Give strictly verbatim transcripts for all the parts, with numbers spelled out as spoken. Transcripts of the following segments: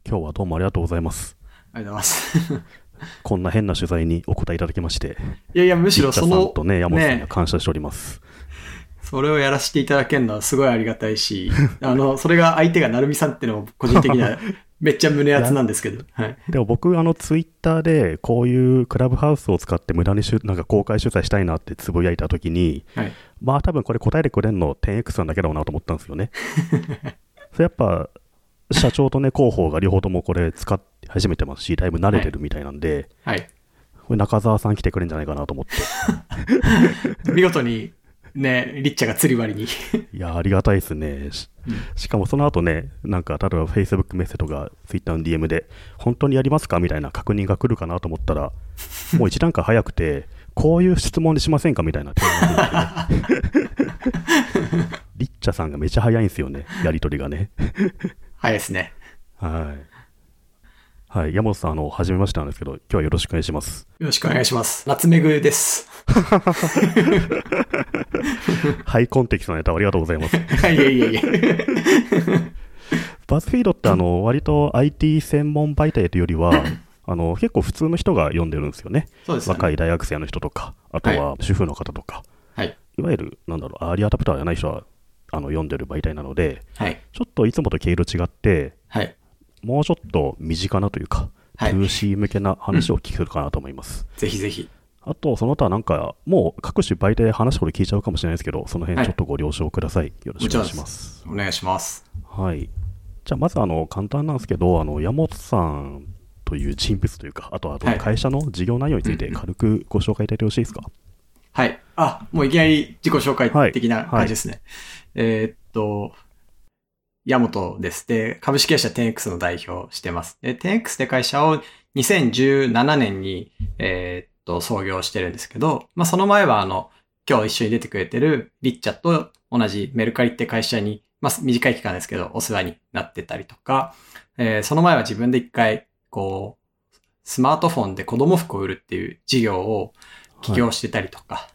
今日はどうもありがとうございます。 ありがとうございます。 こんな変な取材にお答えいただきまして、 いやいや、むしろその、 リッチャさんとね、山本さんには感謝しております。 ね、それをやらせていただけるのはすごいありがたいし、あの、それが相手が成美さんっていうのも個人的にはめっちゃ胸熱なんですけど。はい、 でも僕、あの、ツイッターでこういうクラブハウスを使って無駄にしなんか公開取材したいなってつぶやいたときに、はい、まあ多分これ答えてくれるの テンエックス さんだけだろうなと思ったんですよね。それやっぱ、社長とね、広報が両方ともこれ使って始めてますし、だいぶ慣れてるみたいなんで、はいはい、これ中澤さん来てくれるんじゃないかなと思って。 見事にね、リッチャが釣り割りに。 いや、ありがたいですね。し、うん、しかもその後ね、なんか、例えば Facebook メッセとか Twitter の ディーエム で、本当にやりますかみたいな確認が来るかなと思ったら、もう一段階早くて、こういう質問にしませんかみたいな提案が出てきて、ね、リッチャさんがめっちゃ早いんですよね、やりとりがね。 早いですね。 はい。はい。山本さん、あの、はじめましてなんですけど、今日はよろしくお願いします。 よろしくお願いします。夏目ぐです。 ハイコンテキストのネタありがとうございます。いやいやいやいや。 バズフィードってあの、割と アイティー 専門媒体というよりは、あの、結構普通の人が読んでるんですよね。 そうですね。 若い大学生の人とか、あとは主婦の方とか、はい。いわゆる、なんだろう、アーリーアダプターじゃない人は、あの、読んでる媒体なので、はい。ちょっといつもと毛色違って、はい。もうちょっと身近なというか、はい、ツーシー 向けな話を聞けるかなと思います。 うん、ぜひぜひ。あと、その他なんか、もう各種媒体で話したこと聞いちゃうかもしれないですけど、その辺ちょっとご了承ください。はい、よろしくお願いします。 お願いします。 はい。じゃあ、まず、あの、簡単なんですけど、あの、山本さんという人物というか、あとは会社の事業内容について軽くご紹介いただいてよろしいですか？ はい。あ、もういきなり自己紹介的な感じですね。はいはい、えー、っと、山本です。で、株式会社 テンエックス の代表をしてます。で、テンエックス って会社をにせんじゅうななねんに、えー、っと、創業してるんですけど、まあ、その前はあの、今日一緒に出てくれてるリッチャと同じメルカリって会社に、まあ、短い期間ですけど、お世話になってたりとか、えー、その前は自分で一回、こう、スマートフォンで子供服を売るっていう事業を起業してたりとか、はい、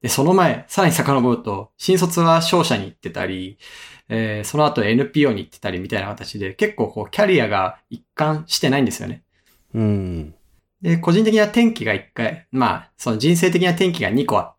で、その前、さらに遡ると、新卒は商社に行ってたり、えー、その後 エヌピーオー に行ってたりみたいな形で、結構こう、キャリアが一貫してないんですよね。 うん。 で、個人的な転機が一回、まあ、その人生的な転機がにこあって、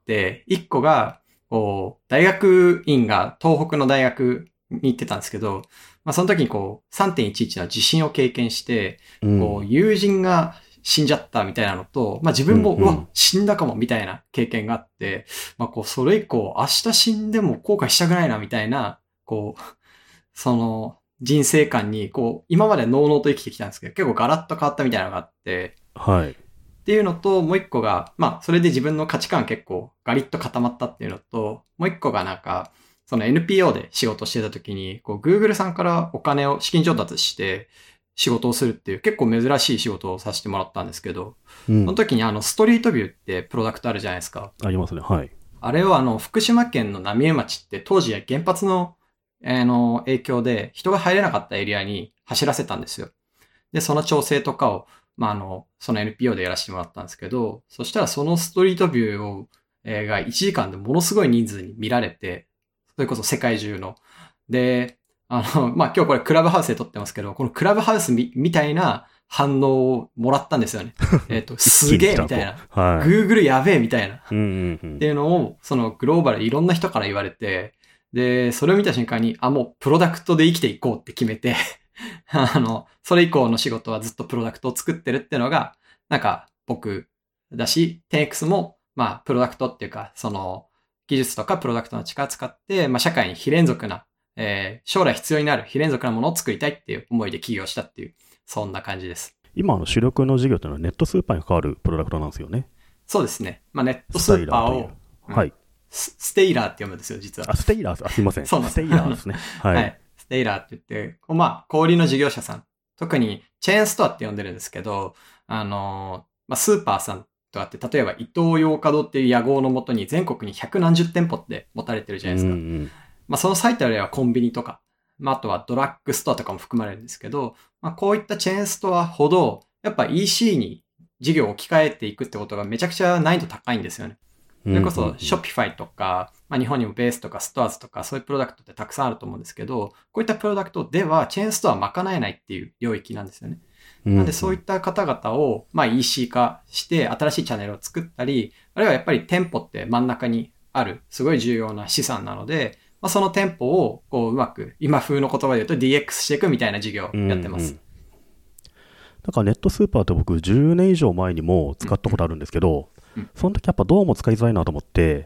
いっこが、こう、大学院が東北の大学に行ってたんですけど、まあその時にこう、さんてんいちいち の地震を経験して、うん、こう、友人が死んじゃったみたいなのと、まあ自分も、うんうん、うわ、死んだかもみたいな経験があって、まあこう、それ以降、明日死んでも後悔したくないなみたいな、こう、その、人生観に、こう、今までノーノーと生きてきたんですけど、結構ガラッと変わったみたいなのがあって、 はい。 っていうのと、もう一個が、まあ、それで自分の価値観結構ガリッと固まったっていうのと、もう一個がなんか、その エヌピーオー で仕事してた時に、こう、Google さんからお金を資金調達して仕事をするっていう結構珍しい仕事をさせてもらったんですけど、うん、その時にあの、ストリートビューってプロダクトあるじゃないですか。 ありますね。はい。 あれをあの、福島県の浪江町って当時原発のあの、影響で人が入れなかったエリアに走らせたんですよ。で、その調整とかを、まあ、あの、その エヌピーオー でやらせてもらったんですけど、そしたらそのストリートビューを、えー、がいちじかんでものすごい人数に見られて、それこそ世界中の。で、あの、まあ、今日これクラブハウスで撮ってますけど、このクラブハウス み, みたいな反応をもらったんですよね。えっと、すげえみたいな。はい、Google やべえみたいな。 うんうんうん、 っていうのを、そのグローバルいろんな人から言われて、で、それを見た瞬間に、あ、もうプロダクトで生きていこうって決めて、あの、それ以降の仕事はずっとプロダクトを作ってるっていうのが、なんか僕だし、テンエックス も、まあ、プロダクトっていうか、その、技術とかプロダクトの力を使って、まあ、社会に非連続な、えー、将来必要になる非連続なものを作りたいっていう思いで起業したっていう、そんな感じです。 今、の主力の事業というのはネットスーパーに関わるプロダクトなんですよね。 そうですね。まあ、ネットスーパーを、 うん、はい。 ステイラーって読むんですよ、実は。 あ、ステイラー、あ、すいません。 そうなんです。 ステイラーですね。はい。はい。 ステイラーって言って、まあ、小売りの事業者さん。特に、チェーンストアって呼んでるんですけど、あの、まあ、スーパーさんとかって、例えば、イトーヨーカドーっていう屋号のもとに全国に百何十店舗って持たれてるじゃないですか。うんうん、まあ、その最たる例はコンビニとか、まあ、あとはドラッグストアとかも含まれるんですけど、まあ、こういったチェーンストアほど、やっぱ イーシー に事業を置き換えていくってことがめちゃくちゃ難易度高いんですよね。 それこそ Shopify とか、まあ、日本にもベースとかストアーズとかそういうプロダクトってたくさんあると思うんですけど、こういったプロダクトではチェーンストア賄えないっていう領域なんですよね。なのでそういった方々を、まあ、イーシー 化して新しいチャンネルを作ったり、あるいはやっぱり店舗って真ん中にあるすごい重要な資産なので、まあ、その店舗をこううまく今風の言葉で言うと ディーエックス していくみたいな事業をやってます。うんうん、 なんかネットスーパーって僕じゅうねん以上前にも使ったことあるんですけど、うんうん、その時やっぱどうも使いづらいなと思って、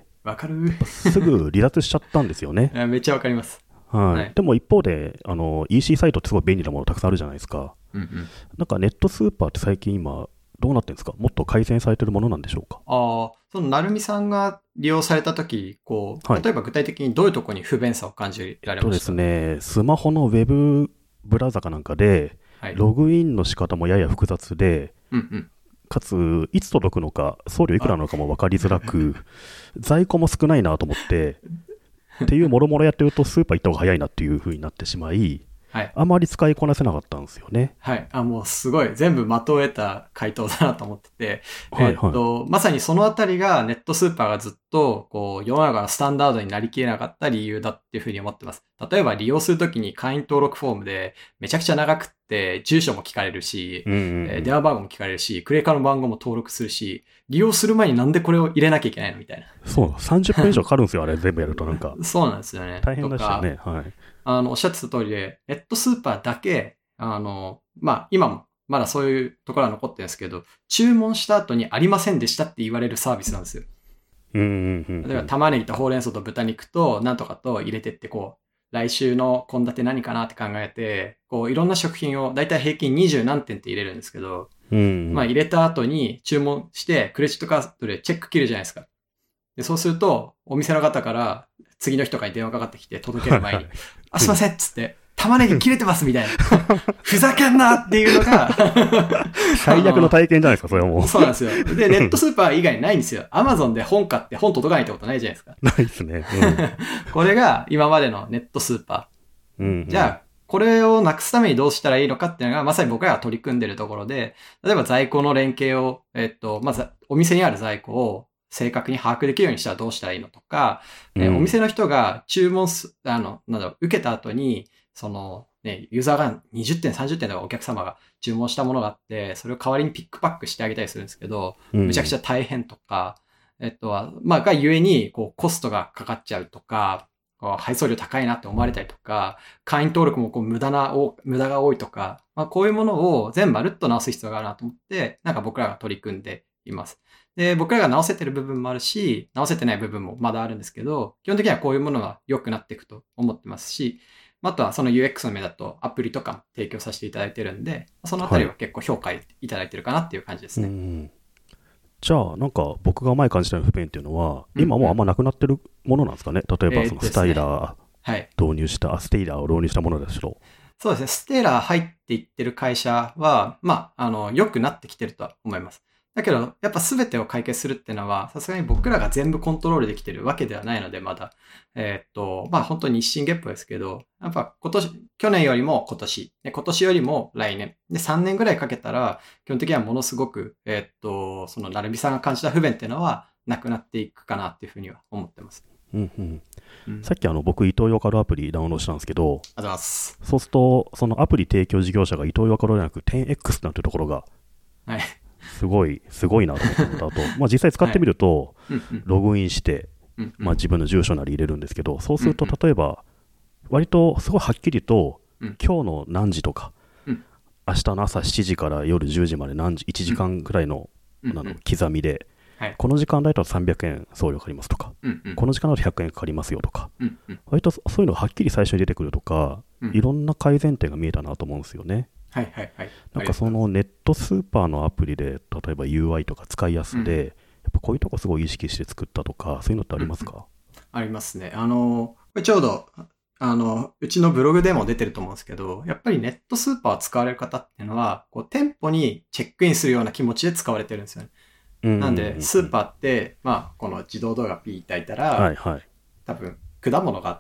わかるすぐ離脱しちゃったんですよね。 めっちゃわかります。 はいはい、でも一方であの イーシー サイトってすごい便利なものたくさんあるじゃないですか。うんうん、なんかネットスーパーって最近今どうなってるんですか？もっと改善されてるものなんでしょうか？ ああ、その成美さんが利用されたとき、こう、はい、例えば具体的にどういうところに不便さを感じられました？ そうですね、スマホのウェブブラウザかなんかで、はい、ログインの仕方もやや複雑で、うんうん、かついつ届くのか送料いくらなのかも分かりづらく、在庫も少ないなと思ってっていうもろもろやってるとスーパー行った方が早いなっていう風になってしまい、はい、あまり使いこなせなかったんですよね。 はい。あ、もうすごい全部的を得た回答だなと思ってて、はいはい、えーっと、まさにそのあたりがネットスーパーがずっとこう世の中のスタンダードになりきれなかった理由だっていうふうに思ってます。例えば利用するときに会員登録フォームでめちゃくちゃ長くって住所も聞かれるし、うんうんうん、えー、電話番号も聞かれるし、クレカの番号も登録するし、利用する前になんでこれを入れなきゃいけないのみたいな。 そう、さんじゅっぷん以上かかるんですよ、あれ全部やるとなんか。 そうなんですよね。 大変でしたね。はい。 あの、おっしゃってた通りで、ネットスーパーだけ、あの、まあ、今もまだそういうところは残ってるんですけど、注文した後にありませんでしたって言われるサービスなんですよ。うんうんうんうん、例えば玉ねぎとほうれん草と豚肉となんとかと入れてってこう、来週の献立何かなって考えて、こういろんな食品をだいたい平均にじゅう何点って入れるんですけど、うんうん、まあ入れた後に注文してクレジットカードでチェック切るじゃないですか。で、そうするとお店の方から次の日とかに電話かかってきて届ける前に、あ、すいませんっつって、玉ねぎ切れてますみたいな。ふざけんなっていうのが最悪の体験じゃないですか、それはもう。 そうなんですよ。で、ネットスーパー以外にないんですよ。アマゾンで本買って本届かないってことないじゃないですか。 ないですね。 うん、これが今までのネットスーパー。うんうん、じゃあ、これをなくすためにどうしたらいいのかっていうのが、まさに僕らが取り組んでるところで、例えば在庫の連携を、えっと、まずお店にある在庫を正確に把握できるようにしたらどうしたらいいのとか、うん、えお店の人が注文す、あの、なんだろう、受けた後に、その、ね、ユーザーがにじゅってん、さんじゅってんとかお客様が注文したものがあって、それを代わりにピックパックしてあげたりするんですけど、むちゃくちゃ大変とか、えっとは、まあ、がゆえに、こう、コストがかかっちゃうとか、配送料高いなって思われたりとか、会員登録もこう無駄な、無駄が多いとか、まあ、こういうものを全部まるっと直す必要があるなと思って、なんか僕らが取り組んでいます。で、僕らが直せてる部分もあるし、直せてない部分もまだあるんですけど、基本的にはこういうものが良くなっていくと思ってますし、あとはその ユーエックス の目だとアプリとかも提供させていただいてるんで、そのあたりは結構評価いただいてるかなっていう感じですね。はい、うんじゃあ、なんか僕が前感じた不便っていうのは、うんうん、今もうあんまなくなってるものなんですかね。例えばそのスタイラー導入した、えーねはい、ステイラーを導入したものでしょう。 そうですね。ステイラー入っていってる会社は、まあ、あの、良くなってきてるとは思います。だけど、やっぱ全てを解決するっていうのは、さすがに僕らが全部コントロールできてるわけではないので、まだ。えー、っと、まあ本当に一心月歩ですけど、やっぱ今年、去年よりも今年、で今年よりも来年、でさんねんぐらいかけたら、基本的にはものすごく、えー、っと、その成美さんが感じた不便っていうのは、なくなっていくかなっていうふうには思ってます。 うんうんうん、さっきあの僕、イトーヨーカドーアプリダウンロードしたんですけど、 ありがとうございます。 そうすると、そのアプリ提供事業者がイトーヨーカドーではなく テンエックス なんていうところが、 はい。 すごい、すごいなと思ったのと、まあ実際使ってみると、はい、ログインして、まあ自分の住所なり入れるんですけど、そうすると例えば、割とすごいはっきりと、今日の何時とか、明日の朝しちじから夜じゅうじまで何時、いちじかんぐらいの、あの刻みで、この時間だとさんびゃくえん送料かかりますとか、この時間だとひゃくえんかかりますよとか、割とそういうのがはっきり最初に出てくるとか、いろんな改善点が見えたなと思うんですよね。 はいはいはい。 なんかそのネットスーパーのアプリで、例えば ユーアイ とか使いやすで、うん、やっぱこういうとこすごい意識して作ったとか、そういうのってありますか？うん、 ありますね。あの、これちょうど、あの、うちのブログでも出てると思うんですけど、やっぱりネットスーパーを使われる方っていうのは、こう店舗にチェックインするような気持ちで使われてるんですよね。うんうんうんうん、なんで、スーパーって、まあ、この自動ドアがピーって開いたら、はいはい、多分、果物があって、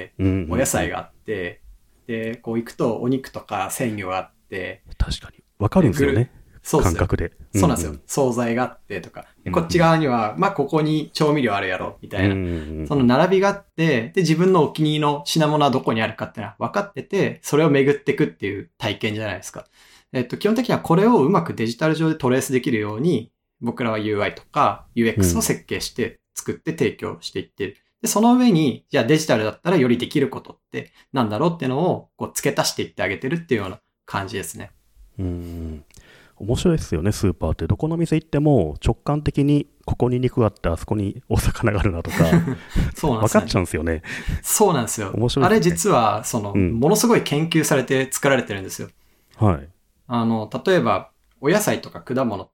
うんうんうん、お野菜があって、で、こう行くとお肉とか鮮魚があって、 確かに。わかるんですよね。 感覚で。 そうなんですよ。うんうん、惣菜があってとか。こっち側には、まあ、ここに調味料あるやろ、みたいな、うんうん。その並びがあって、で、自分のお気に入りの品物はどこにあるかっていうのは分かってて、それを巡っていくっていう体験じゃないですか。えっと、基本的にはこれをうまくデジタル上でトレースできるように、僕らは ユーアイ とか ユーエックス を設計して作って提供していってる。うん、で、その上に、じゃあデジタルだったらよりできることってなんだろうっていうのをこう付け足していってあげてるっていうような感じですね。 うーん。面白いですよね、スーパーって。どこの店行っても直感的にここに肉があってあそこにお魚があるなとか、そうなんですね。分かっちゃうんですよね。 そうなんですよ。面白いですね。あれ実は、その、うん、ものすごい研究されて作られてるんですよ。 はい。 あの、例えば、お野菜とか果物って、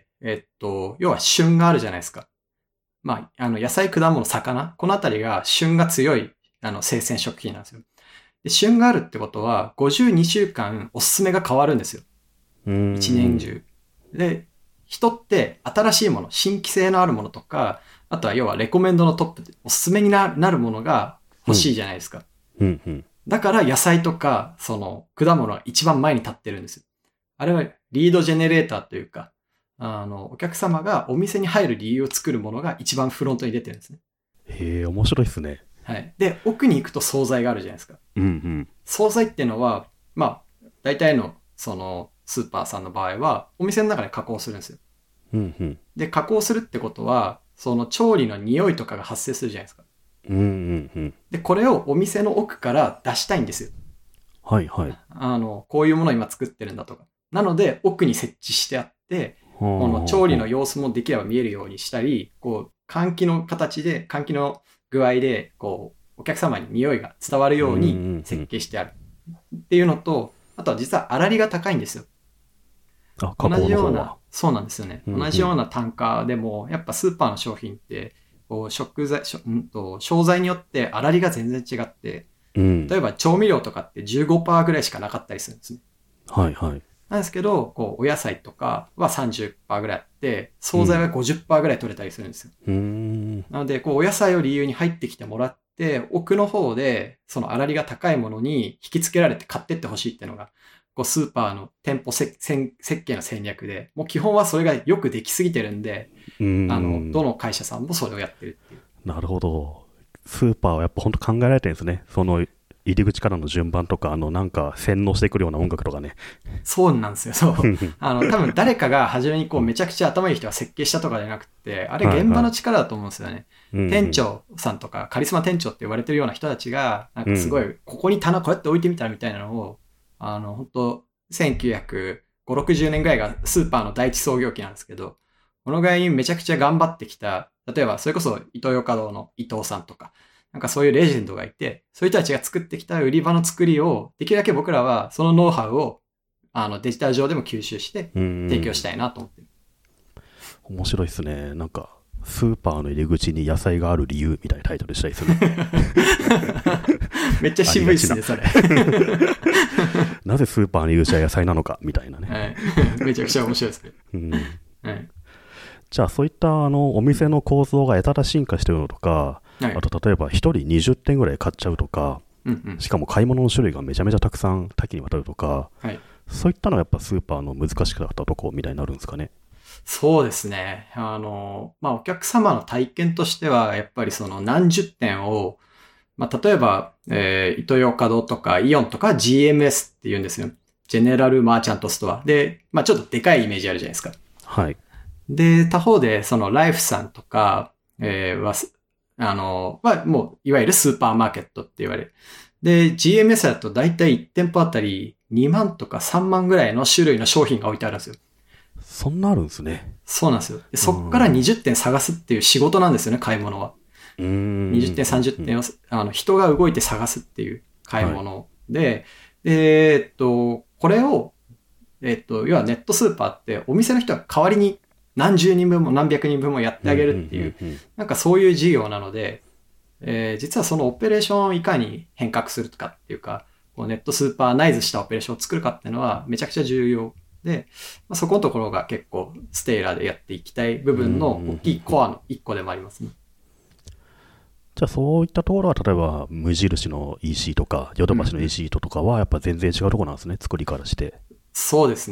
えっと、要は旬があるじゃないですか。まあ、あの、野菜、果物、魚、このあたりが旬が強い、あの、生鮮食品なんですよ。で、旬があるってことは、ごじゅうにしゅうかんおすすめが変わるんですよ。一年中。で、人って新しいもの、新規性のあるものとか、あとは要はレコメンドのトップでおすすめになるものが欲しいじゃないですか。 うんうんうん、 だから野菜とか、その果物は一番前に立ってるんですよ。あれはリードジェネレーターというか、あの、お客様がお店に入る理由を作るものが一番フロントに出てるんですね。 へえ、面白いですね。 はい。で、奥に行くと惣菜があるじゃないですか。 うんうん。 惣菜っていうのは、まあ、大体の、その、スーパーさんの場合は、お店の中で加工するんですよ。 うんうん。 で、加工するってことは、その調理の匂いとかが発生するじゃないですか。 うんうんうん。 で、これをお店の奥から出したいんですよ。 はいはい。 あの、こういうものを今作ってるんだとか。なので、奥に設置してあって、この調理の様子もできれば見えるようにしたり、こう、換気の形で、換気の具合で、こう、お客様に匂いが伝わるように設計してある。っていうのと、あとは実は粗利が高いんですよ。 あ、 同じような、そうなんですよね。同じような単価でも、やっぱスーパーの商品って、こう、食材、しょんと、商材によって粗利が全然違って、 うん、 例えば調味料とかって じゅうごパーセント ぐらいしかなかったりするんですね。 はいはい。 なんですけど、こう、お野菜とかは さんじゅっパーセント ぐらいあって、惣菜は ごじゅっパーセント ぐらい取れたりするんですよ。 うん、 なので、こう、お野菜を理由に入ってきてもらって、奥の方で、その粗利が高いものに引き付けられて買ってってほしいっていうのが、こう、スーパーの店舗設計の戦略で、もう基本はそれがよくできすぎてるんで、 うん、 あの、どの会社さんもそれをやってるっていう。 なるほど。スーパーはやっぱ本当考えられてるんですね。その、入り口からの順番とか、あの、なんか洗脳してくるような音楽とかね。 そうなんですよ。そう。あの、多分誰かが初めにこう、めちゃくちゃ頭いい人が設計したとかじゃなくて、あれ現場の力だと思うんですよね。はいはい、店長さんとか、カリスマ店長って言われてるような人たちが、なんかすごい、ここに棚こうやって置いてみたらみたいなのを、あの、本当せんきゅうひゃくごじゅう、ろくじゅうねんぐらいがスーパーの第一創業期なんですけど、このぐらいにめちゃくちゃ頑張ってきた、例えばそれこそイトーヨーカドーの伊藤さんとか、なんかそういうレジェンドがいて、そういう人たちが作ってきた売り場の作りを、できるだけ僕らはそのノウハウをあのデジタル上でも吸収して提供したいなと思ってる。 面白いですね。なんかスーパーの入り口に野菜がある理由みたいなタイトルしたいですね。 めっちゃ渋いですね、それ。 なぜスーパーの入り口は野菜なのかみたいなね。 はい、めちゃくちゃ面白いですね。 うんはい、 じゃあそういったあのお店の構造がやたら進化してるのとか、はい、あと例えばひとりにじゅってんぐらい買っちゃうとか、 うんうん、 しかも買い物の種類がめちゃめちゃたくさん多岐にわたるとか、 はい、 そういったのはやっぱスーパーの難しかったとこみたいになるんですかね。 そうですね。あの、まあ、お客様の体験としては、やっぱりその何十点を、まあ、例えば、えー、イトーヨーカドーとかイオンとか ジーエムエス って言うんですよ。ジェネラルマーチャントストア。で、まあ、ちょっとでかいイメージあるじゃないですか。 はい。 で、他方で、そのライフさんとか、えー、は、あの、はもう、いわゆるスーパーマーケットって言われる。で、ジーエムエス だとだいたいいち店舗あたりにまんとかさんまんぐらいの種類の商品が置いてあるんですよ。 そんなあるんですね。 そうなんですよ。でそっからにじゅってん探すっていう仕事なんですよね、買い物は。 うーんにじゅってん、さんじゅってんを、あの、人が動いて探すっていう買い物で、はい、で、えっと、これを、えっと、要はネットスーパーってお店の人が代わりに何十人分も何百人分もやってあげるっていう、なんかそういう事業なので、えー、実はそのオペレーションをいかに変革するかっていうか、こうネットスーパーナイズしたオペレーションを作るかっていうのはめちゃくちゃ重要で、まあ、そこのところが結構ステイラーでやっていきたい部分の大きいコアの一個でもありますね。 じゃあそういったところは例えば無印の イーシー とかヨドバシの イーシー とかはやっぱ全然違うところなんですね、うん、作りからして。 そうですね。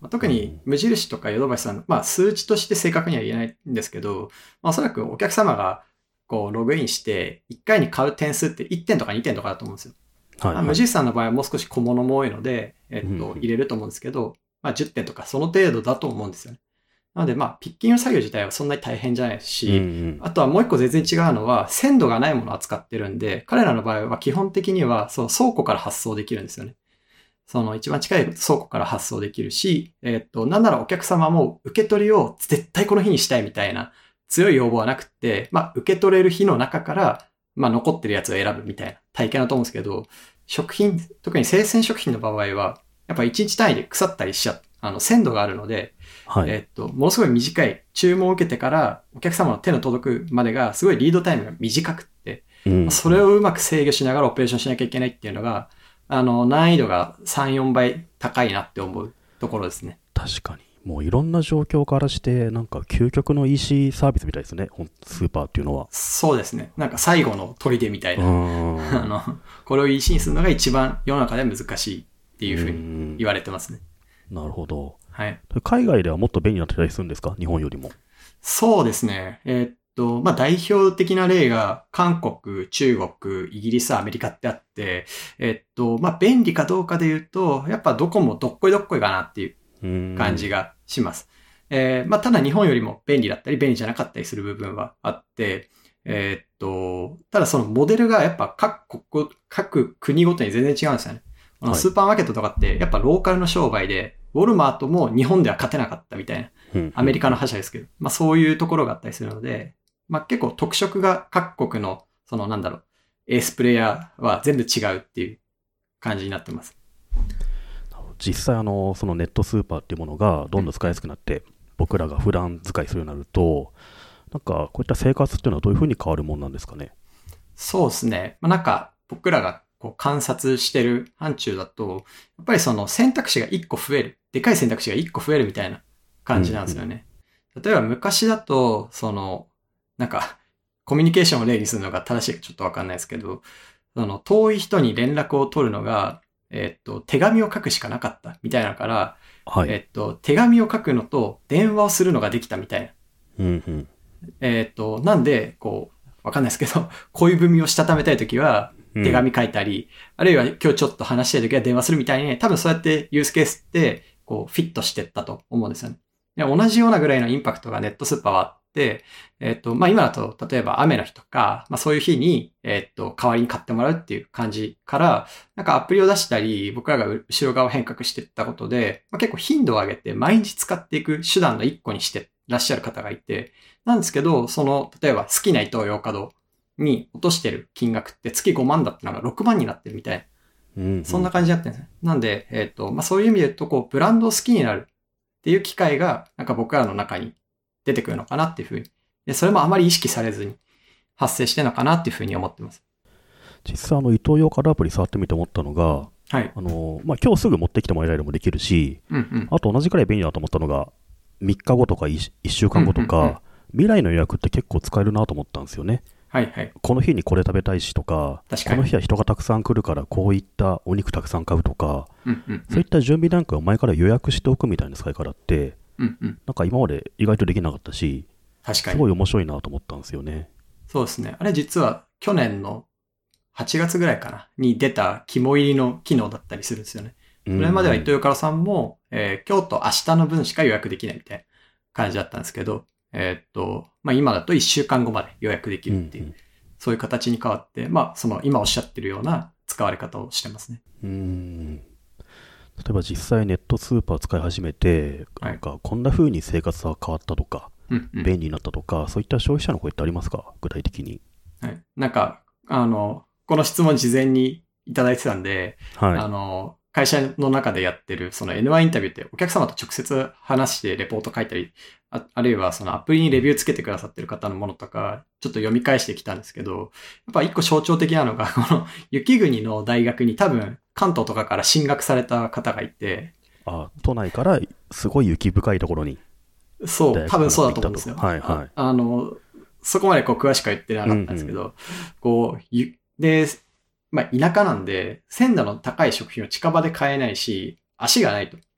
特に無印とかヨドバシさん、まあ数値として正確には言えないんですけど、まあおそらくお客様がこうログインしていっかいに買う点数っていってんとかにてんとかだと思うんですよ。はいはい、無印さんの場合はもう少し小物も多いので、えっと、入れると思うんですけど、まあじゅってんとかその程度だと思うんですよね。なのでまあピッキング作業自体はそんなに大変じゃないですし、うんうん、あとはもう一個全然違うのは鮮度がないものを扱ってるんで、彼らの場合は基本的にはその倉庫から発送できるんですよね。その一番近い倉庫から発送できるし、えっと、なんならお客様も受け取りを絶対この日にしたいみたいな強い要望はなくて、まあ受け取れる日の中から、まあ残ってるやつを選ぶみたいな体験だと思うんですけど、食品、特に生鮮食品の場合は、やっぱいちにち単位で腐ったりしちゃう、あの鮮度があるので、はい、えっと、ものすごい短い注文を受けてからお客様の手の届くまでがすごいリードタイムが短くって、うん、それをうまく制御しながらオペレーションしなきゃいけないっていうのが、あの、難易度がさん、よんばい高いなって思うところですね。 確かに。もういろんな状況からして、なんか究極の イーシー サービスみたいですね、スーパーっていうのは。 そうですね。なんか最後の砦みたいな。あの、これを イーシー にするのが一番世の中で難しいっていうふうに言われてますね。 なるほど。 はい。 海外ではもっと便利になってたりするんですか、日本よりも。 そうですね。えー、っと、まあ、代表的な例が、韓国、中国、イギリス、アメリカってあって、えー、っと、まあ、便利かどうかで言うと、やっぱどこもどっこいどっこいかなっていう感じがします。えー、まあ、ただ日本よりも便利だったり、便利じゃなかったりする部分はあって、えー、っと、ただそのモデルがやっぱ各国、各国ごとに全然違うんですよね。はい、スーパーマーケットとかって、やっぱローカルの商売で、ウォルマートも日本では勝てなかったみたいな、アメリカの覇者ですけど、まあそういうところがあったりするので、まあ結構特色が各国の、そのなんだろう、エースプレイヤーは全部違うっていう感じになってます。 実際あの、そのネットスーパーっていうものがどんどん使いやすくなって、うん、僕らが普段使いするようになると、なんかこういった生活っていうのはどういうふうに変わるもんなんですかね。 そうですね。まあなんか僕らがこう観察してる範疇だと、やっぱりその選択肢がいっこ増える。でかい選択肢がいっこ増えるみたいな感じなんですよね。うんうん、例えば昔だと、その、なんか、コミュニケーションを例にするのが正しいかちょっとわかんないですけど、その遠い人に連絡を取るのが、えっと、手紙を書くしかなかったみたいなから、はい、えっと、手紙を書くのと電話をするのができたみたいな。 うんうん、 えっと、なんで、こう、わかんないですけど、恋文をしたためたいときは、手紙書いたり、うん、あるいは今日ちょっと話したいときは電話するみたいに、多分そうやってユースケースって、こう、フィットしてったと思うんですよね。で同じようなぐらいのインパクトがネットスーパーはあって、えっと、まあ、今だと、例えば雨の日とか、まあ、そういう日に、えっと、代わりに買ってもらうっていう感じから、なんかアプリを出したり、僕らが後ろ側を変革していったことで、まあ、結構頻度を上げて毎日使っていく手段の一個にしてらっしゃる方がいて、なんですけど、その、例えば好きなイトーヨーカドーに落としてる金額って月ごまんだったのがろくまんになってるみたいな。うんうん、そんな感じになってるんですね。なんで、えっと、まあ、そういう意味で言うと、こう、ブランドを好きになるっていう機会が、なんか僕らの中に出てくるのかなっていうふうに。で、それもあまり意識されずに発生してるのかなっていうふうに思ってます。 実際、あの、イトーヨーカドーアプリ触ってみて思ったのが、 はい。 あの、まあ、今日すぐ持ってきてもらえるもできるし、うんうん、あと同じくらい便利だと思ったのが、みっかごとかいっしゅうかんごとか、うんうんうん、未来の予約って結構使えるなと思ったんですよね。 はいはい。 この日にこれ食べたいしとか、 確かにこの日は人がたくさん来るからこういったお肉たくさん買うとか、 うんうんうん、 そういった準備段階を前から予約しておくみたいな使い方って、 うんうん、 なんか今まで意外とできなかったし、 確かにすごい面白いなと思ったんですよね。 そうですね。あれ実は去年のはちがつぐらいかなに出た肝入りの機能だったりするんですよね。それまではイトーヨーカドーさんも、えー、今日と明日の分しか予約できないみたいな感じだったんですけど、えー、っと、まあ、今だといっしゅうかんごまで予約できるっていう、うんうん、そういう形に変わって、まあ、その今おっしゃってるような使われ方をしてますね。 うーん。例えば実際ネットスーパー使い始めて、はい、なんかこんな風に生活が変わったとか、うんうん、便利になったとか、そういった消費者の声ってありますか？具体的に。 はい。なんか、あの、この質問事前にいただいてたんで、はい、あの、会社の中でやってるその エヌワン インタビューってお客様と直接話してレポート書いたり、あ, あるいはそのアプリにレビューつけてくださってる方のものとか、ちょっと読み返してきたんですけど、やっぱ一個象徴的なのが、この雪国の大学に多分関東とかから進学された方がいて、 あ、都内からすごい雪深いところに。 そう、多分そうだと思うんですよ。 はいはい。 あ, あの、そこまでこう詳しくは言ってなかったんですけど、うんうん、こう、で、まあ田舎なんで、鮮度の高い食品を近場で買えないし、足がないと。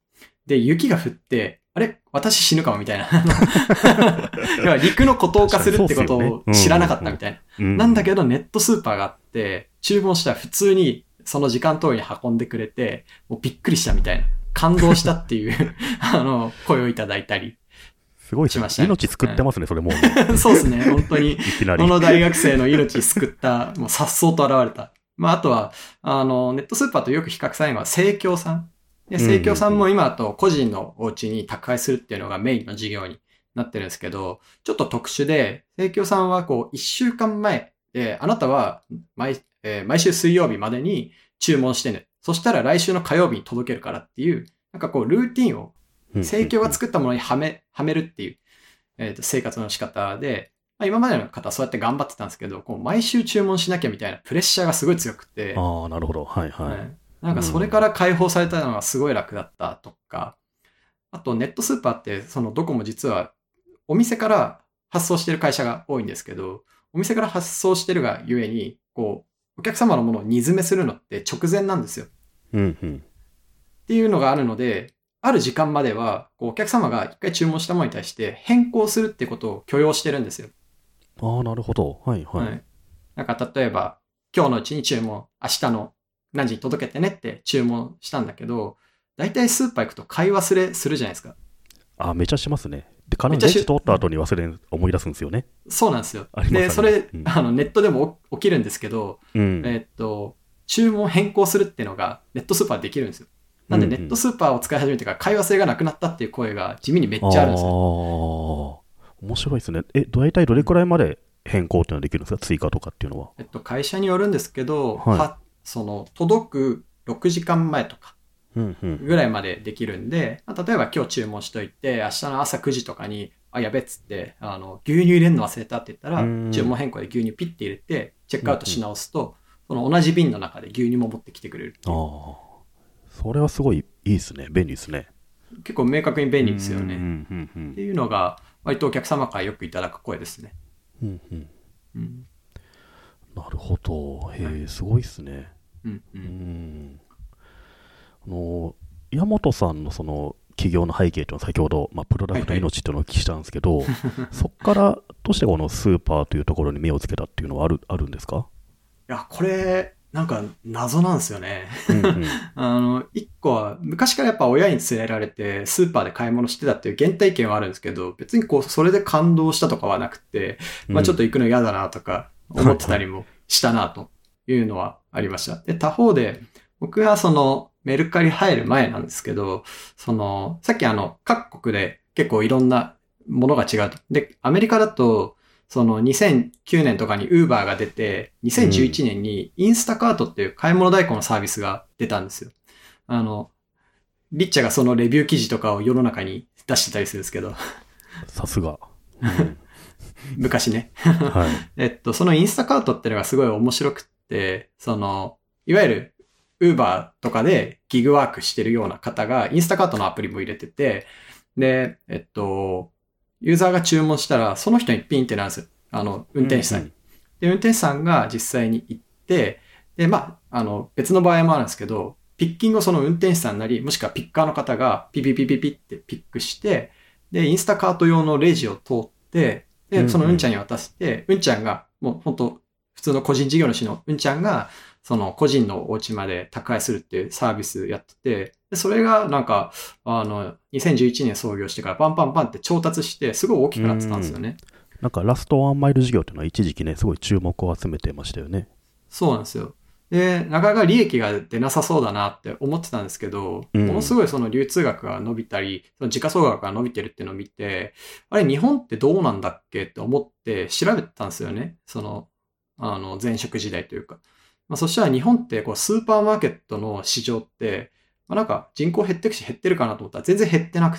で、雪が降って、あれ私死ぬかもみたいな。要は陸の孤島化するってことを知らなかったみたいな。なんだけどネットスーパーがあって、注文したら普通にその時間通りに運んでくれて、もうびっくりしたみたいな。感動したっていうあの、声をいただいたり。 すごいしましたね。命救ってますね、それもう、 ね。そうですね、本当に。いきなり。この大学生の命救った、もう颯爽と現れた。まあ、あとは、あの、ネットスーパーとよく比較されるのは、生協さん。で、生協さんも今だと個人のお家に宅配するっていうのがメインの事業になってるんですけど、ちょっと特殊で、生協さんはこう、一週間前で、あなたは毎、えー、毎週水曜日までに注文してね。そしたら来週の火曜日に届けるからっていう、なんかこう、ルーティンを、生協が作ったものにはめ、はめるっていう、えーと、生活の仕方で、まあ、今までの方はそうやって頑張ってたんですけど、こう毎週注文しなきゃみたいなプレッシャーがすごい強くて。 ああ、なるほど。はいはい。はい、 なんかそれから解放されたのがすごい楽だったとか、あとネットスーパーってそのどこも実はお店から発送してる会社が多いんですけど、お店から発送してるがゆえに、こう、お客様のものを荷詰めするのって直前なんですよ。 うんうん。 っていうのがあるので、ある時間までは、こうお客様が一回注文したものに対して変更するっていうことを許容してるんですよ。 ああ、なるほど。はいはい。はい、 なんか例えば、今日のうちに注文、明日の何時に届けてねって注文したんだけど、大体スーパー行くと買い忘れするじゃないですか。 あ、めちゃしますね。で、必ずレジ通った後に忘れ、思い出すんですよね。 そうなんですよ。で、それ、うん、あのネットでも起きるんですけど、 うん、 えー、っと、注文変更するっていうのがネットスーパーできるんですよ。なんでネットスーパーを使い始めてから買い忘れがなくなったっていう声が地味にめっちゃあるんですよ。 ああ、面白いですね。え、大体どれくらいまで変更っていうのはできるんですか？追加とかっていうのは。 えっと、会社によるんですけど、 はい、 はその、届くろくじかんまえとか、 うんうん、 ぐらいまでできるんで、まあ、例えば今日注文しといて、明日の朝くじとかに、あ、やべっつって、あの、牛乳入れるの忘れたって言ったら、注文変更で牛乳ピッて入れて、チェックアウトし直すと、うんうん、その同じ瓶の中で牛乳も持ってきてくれるっていう。 ああ。それはすごいいいですね。便利ですね。 結構明確に便利ですよね。 うんうんうんうん、 っていうのが、割とお客様からよくいただく声ですね。 うんうんうん、 なるほど。へえ、すごいですね。 うんうん、うんあの山本さんのその企業の背景というのは先ほど、まあ、プロダクト命というのをお聞きしたんですけど、はいはい、そこからどうしてこのスーパーというところに目をつけたっていうのはある、あるんですか？ いや、これ、なんか謎なんですよね。 うんうん、 あの、一個は、昔からやっぱ親に連れられて、スーパーで買い物してたっていう原体験はあるんですけど、別にこう、それで感動したとかはなくて、まあちょっと行くの嫌だなとか思ってたりもしたなというのはありました。で、他方で、僕はその、メルカリ入る前なんですけど、その、さっきあの、各国で結構いろんなものが違うと。で、アメリカだと、そのにせんきゅうねんとかに Uber が出て、にせんじゅういちねんにインスタカートっていう買い物代行のサービスが出たんですよ。あの、リッチャがそのレビュー記事とかを世の中に出してたりするんですけど。 さすが。 うん、昔ね。 はい。 えっと、そのインスタカートっていうのがすごい面白くって、その、いわゆる Uber とかでギグワークしてるような方がインスタカートのアプリも入れてて、で、えっと、ユーザーが注文したら、その人にピンってなるんですよ。あの、運転手さんに。うんうん、で、運転手さんが実際に行って、で、まあ、あの、別の場合もあるんですけど、ピッキングをその運転手さんなり、もしくはピッカーの方がピピピピピってピックして、で、インスタカート用のレジを通って、で、そのうんちゃんに渡して、うんうん、うんちゃんが、もう本当普通の個人事業主のうんちゃんが、その個人のお家まで宅配するっていうサービスやってて、でそれがなんか、あの、にせんじゅういちねん創業してからパンパンパンって調達して、すごい大きくなってたんですよね。 なんかラストワンマイル事業っていうのは一時期ね、すごい注目を集めてましたよね。 そうなんですよ。で、なかなか利益が出なさそうだなって思ってたんですけど、うん、ものすごいその流通額が伸びたり、その時価総額が伸びてるっていうのを見て、あれ日本ってどうなんだっけって思って調べてたんですよね。その、あの、前職時代というか。まあ、そしたら日本ってこうスーパーマーケットの市場って、まあ、なんか人口減ってくし減ってるかなと思ったら全然減ってなくって、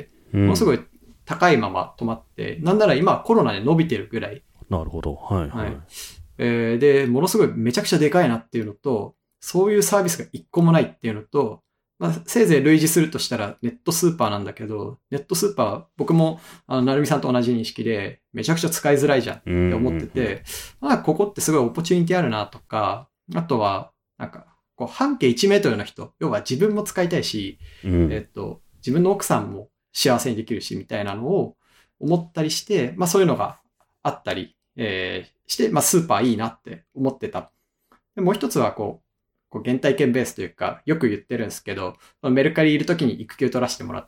うん、ものすごい高いまま止まって、なんなら今コロナで伸びてるぐらい。 なるほど。はいはい。はいえー、で、ものすごいめちゃくちゃでかいなっていうのと、そういうサービスが一個もないっていうのと、まあ、せいぜい類似するとしたらネットスーパーなんだけど、ネットスーパー、僕も、あの、なるみさんと同じ認識で、めちゃくちゃ使いづらいじゃんって思ってて、うんうんうん、まあ、ここってすごいオポチュニティあるなとか、あとは、なんか、こう、半径いちメートルの人、要は自分も使いたいし、うん、えっと、 自分の奥さんも幸せにできるし、みたいなのを思ったりして、まあそういうのがあったり、えー、して、まあスーパーいいなって思ってた。でもう一つはこう、こう原体験ベースというか、よく言ってるんですけど、メルカリいるときに育休取らせてもらって、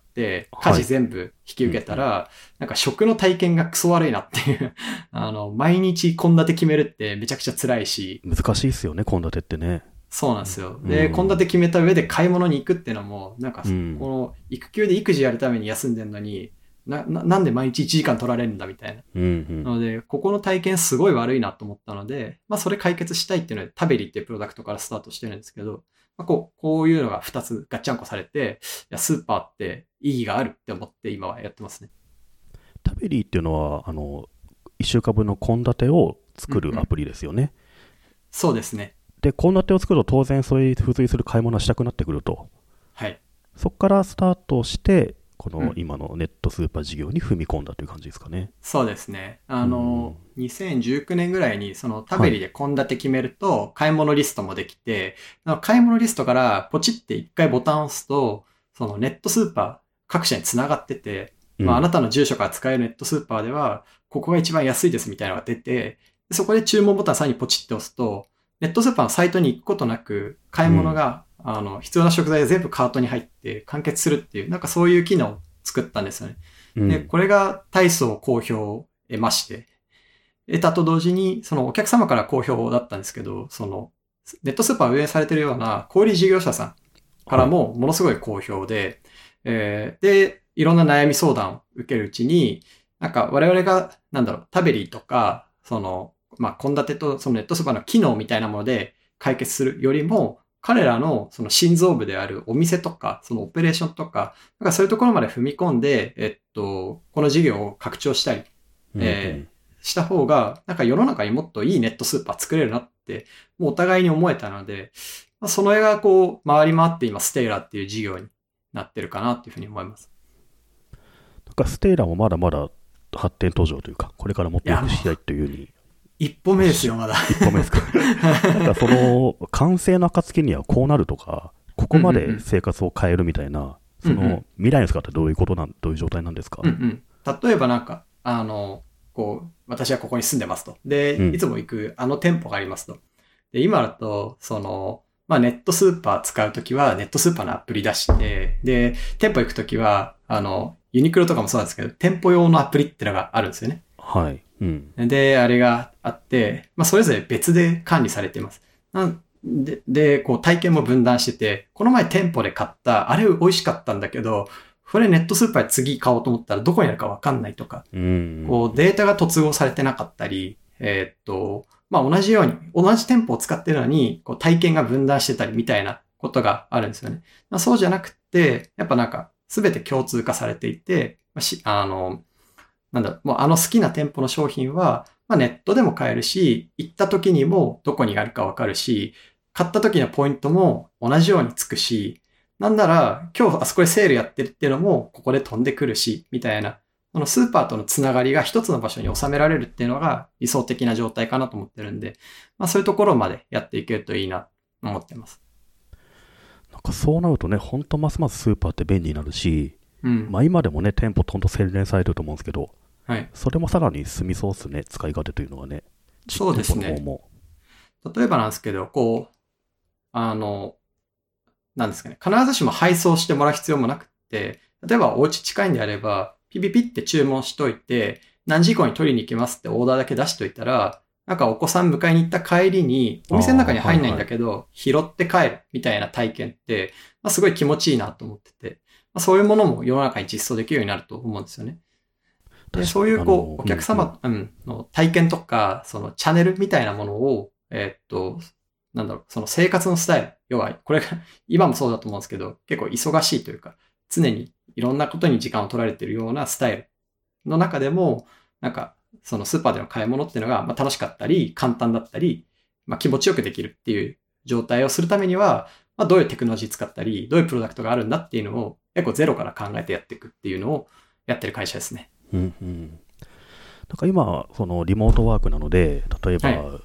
家事全部引き受けたら、はい、なんか食の体験がクソ悪いなっていう、あの、毎日献立決めるってめちゃくちゃ辛いし。 難しいですよね、献立ってね。 そうなんですよ。で、献立決めた上で買い物に行くっていうのも、なんか、この育休で育児やるために休んでるのに、な、な、なんで毎日いちじかん取られるんだみたいな。 うんうん、 なので、ここの体験すごい悪いなと思ったので、まあそれ解決したいっていうので、タベリっていうプロダクトからスタートしてるんですけど、まあ、こう、こういうのがふたつガッチャンコされて、いや、スーパーって意義があるって思って今はやってますね。 タベリっていうのは、あの、いっしゅうかんぶんの献立を作るアプリですよね。うんうん、 そうですね。 で、献立を作ると当然そういう付随する買い物はしたくなってくると。 はい。 そこからスタートして、この今のネットスーパー事業に踏み込んだという感じですかね。うん、 そうですね。あの、うん、にせんじゅうきゅうねんぐらいにそのタベリで献立決めると買い物リストもできて、はい、買い物リストからポチって一回ボタンを押すと、そのネットスーパー各社につながってて、うん、まあ、あなたの住所から使えるネットスーパーでは、ここが一番安いですみたいなのが出て、そこで注文ボタンさらにポチって押すと、ネットスーパーのサイトに行くことなく、買い物が、うん、あの必要な食材が全部カートに入って完結するっていう、なんかそういう機能を作ったんですよね。うん、で、これが大層好評を得まして、得たと同時に、そのお客様から好評だったんですけど、そのネットスーパー運営されているような小売事業者さんからもものすごい好評で、はい、えー、で、いろんな悩み相談を受けるうちに、なんか我々が、なんだろう、タベリーとか、その、まあ、献立とそのネットスーパーの機能みたいなもので解決するよりも、彼らのその心臓部であるお店とか、そのオペレーションとか、なんかそういうところまで踏み込んで、えっと、この事業を拡張したり、うんうん、えー、した方が、なんか世の中にもっといいネットスーパー作れるなって、もうお互いに思えたので、まあ、その絵がこう、回り回って今、ステイラーっていう事業になってるかなっていうふうに思います。 なんかステイラーもまだまだ発展途上というか、これからもっと良くしたいというふうに。 一歩目ですよ、まだ。 一歩目ですか。なんかその、完成の暁にはこうなるとか、ここまで生活を変えるみたいな、うんうん、その、未来の姿ってどういうことなん、どういう状態なんですか？ うんうん、例えばなんか、あの、こう、私はここに住んでますと。で、うん、いつも行くあの店舗がありますと。で、今だと、その、まあネットスーパー使うときはネットスーパーのアプリ出して、で、店舗行くときは、あの、ユニクロとかもそうなんですけど、店舗用のアプリってのがあるんですよね。 はい。うん、 で、あれがあって、まあそれぞれ別で管理されています。なんで、で、こう体験も分断してて、この前店舗で買った、あれ美味しかったんだけど、これネットスーパーで次買おうと思ったらどこにあるかわかんないとか、 うん、 こうデータが突合されてなかったり、えー、っと、まあ同じように、同じ店舗を使ってるのに、こう体験が分断してたりみたいなことがあるんですよね。まあ、そうじゃなくて、やっぱなんか全て共通化されていて、あの、なんだろう、もうあの好きな店舗の商品は、まあ、ネットでも買えるし、行った時にもどこにあるかわかるし、買った時のポイントも同じようにつくし、なんなら今日あそこでセールやってるっていうのもここで飛んでくるし、みたいな、そのスーパーとのつながりが一つの場所に収められるっていうのが理想的な状態かなと思ってるんで、まあそういうところまでやっていけるといいなと思ってます。 なんかそうなるとね、ほんとますますスーパーって便利になるし、 うん、 まあ今でもね、店舗どんどん洗練されてると思うんですけど、 はい。 それもさらに進みそうですね、使い勝手というのはね。 そうですね。例えばなんですけど、こう、あの、なんですかね、必ずしも配送してもらう必要もなくて、例えばお家近いんであれば、ピピピって注文しといて、何時以降に取りに行きますってオーダーだけ出しといたら、なんかお子さん迎えに行った帰りに、お店の中に入んないんだけど、はいはい、拾って帰るみたいな体験って、まあ、すごい気持ちいいなと思ってて、まあ、そういうものも世の中に実装できるようになると思うんですよね。でそういうこう、お客様、うん、の体験とか、そのチャンネルみたいなものを、えー、っと、なんだろう、その生活のスタイル。要は、これが、今もそうだと思うんですけど、結構忙しいというか、常にいろんなことに時間を取られているようなスタイルの中でも、なんか、そのスーパーでの買い物っていうのが、まあ、楽しかったり、簡単だったり、まあ、気持ちよくできるっていう状態をするためには、まあ、どういうテクノロジー使ったり、どういうプロダクトがあるんだっていうのを、結構ゼロから考えてやっていくっていうのをやってる会社ですね。 うんうん。なんか今、そのリモートワークなので、例えば、はい、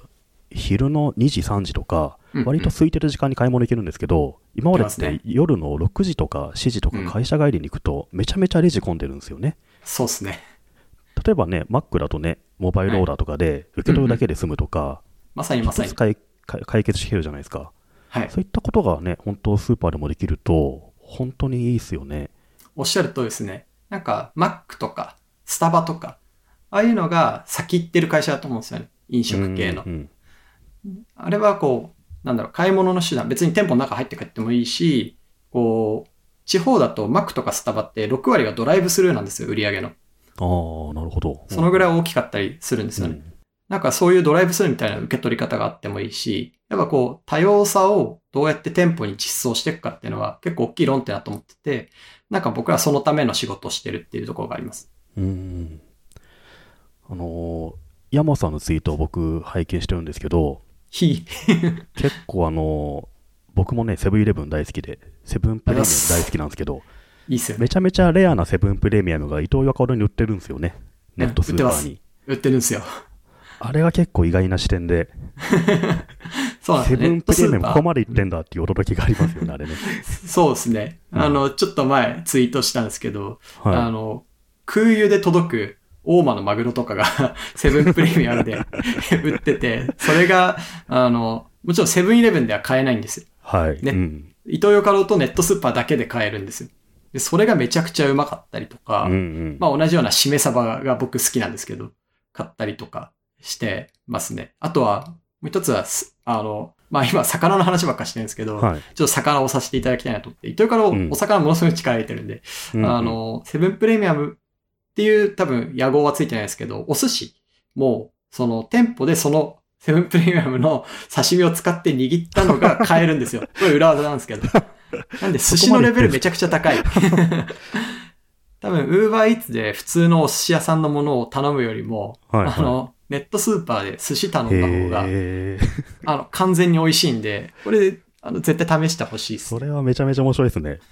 昼のにじさんじとか割と空いてる時間に買い物行けるんですけど、うんうん、今までって夜のろくじとかしちじとか会社帰りに行くとめちゃめちゃレジ混んでるんですよね、うん、 そうですね。 例えばね Mac だとねモバイルオーダーとかで受け取るだけで済むとか、はいうんうん、 まさにまさに解決してるじゃないですか、 はい、 そういったことがね本当スーパーでもできると本当にいいですよね。 おっしゃるとですね、なんか Mac とかスタバとかああいうのが先行ってる会社だと思うんですよね、飲食系の、うんうん、あれはこうなんだろう買い物の手段、別に店舗の中入って帰ってもいいし、こう地方だと Mac とかスタバってろくわりがドライブスルーなんですよ、売り上げの。 ああ、なるほど。 そのぐらい大きかったりするんですよね、うん、なんかそういうドライブスルーみたいな受け取り方があってもいいし、やっぱこう多様さをどうやって店舗に実装していくかっていうのは結構大きい論点だと思ってて、なんか僕はそのための仕事をしてるっていうところがあります。 うーん、あのー、山さんのツイートを僕拝見してるんですけど、 ひ結構あのー、僕もねセブンイレブン大好きでセブンプレミアム大好きなんですけど、 いいっすよね、 めちゃめちゃレアなセブンプレミアムがイトーヨーカドーに売ってるんですよね、ネットスーパーに、 うん、売ってます、売ってるんですよ。 あれは結構意外な視点でそうなんですね、 セブンプレミアムここまでいってんだっていう驚きがありますよね、あれね。 そうですね、あの、うん、ちょっと前ツイートしたんですけど、はい、あの空輸で届く大間のマグロとかがセブンプレミアムで売ってて、それがあのもちろんセブンイレブンでは買えないんですよ、 はいね、うん、イトーヨーカドーとネットスーパーだけで買えるんですよ。でそれがめちゃくちゃうまかったりとか、うんうん、まあ同じようなしめ鯖が僕好きなんですけど買ったりとかしてますね。あとはもう一つはあのまあ今魚の話ばっかしてるんですけど、はい、ちょっと魚をさせていただきたいなと思って、イトーヨーカドーお魚ものすごい力入れてるんで、うん、あのセブンプレミアムっていう多分屋号はついてないですけど、お寿司もその店舗でそのセブンプレミアムの刺身を使って握ったのが買えるんですよ。これ裏技なんですけど。なんで寿司のレベルめちゃくちゃ高い。多分、ウーバーイーツで普通のお寿司屋さんのものを頼むよりも、はいはい、あの、ネットスーパーで寿司頼んだ方が、あの、完全に美味しいんで、これ、あの、絶対試してほしいです、 ね。それはめちゃめちゃ面白いですね。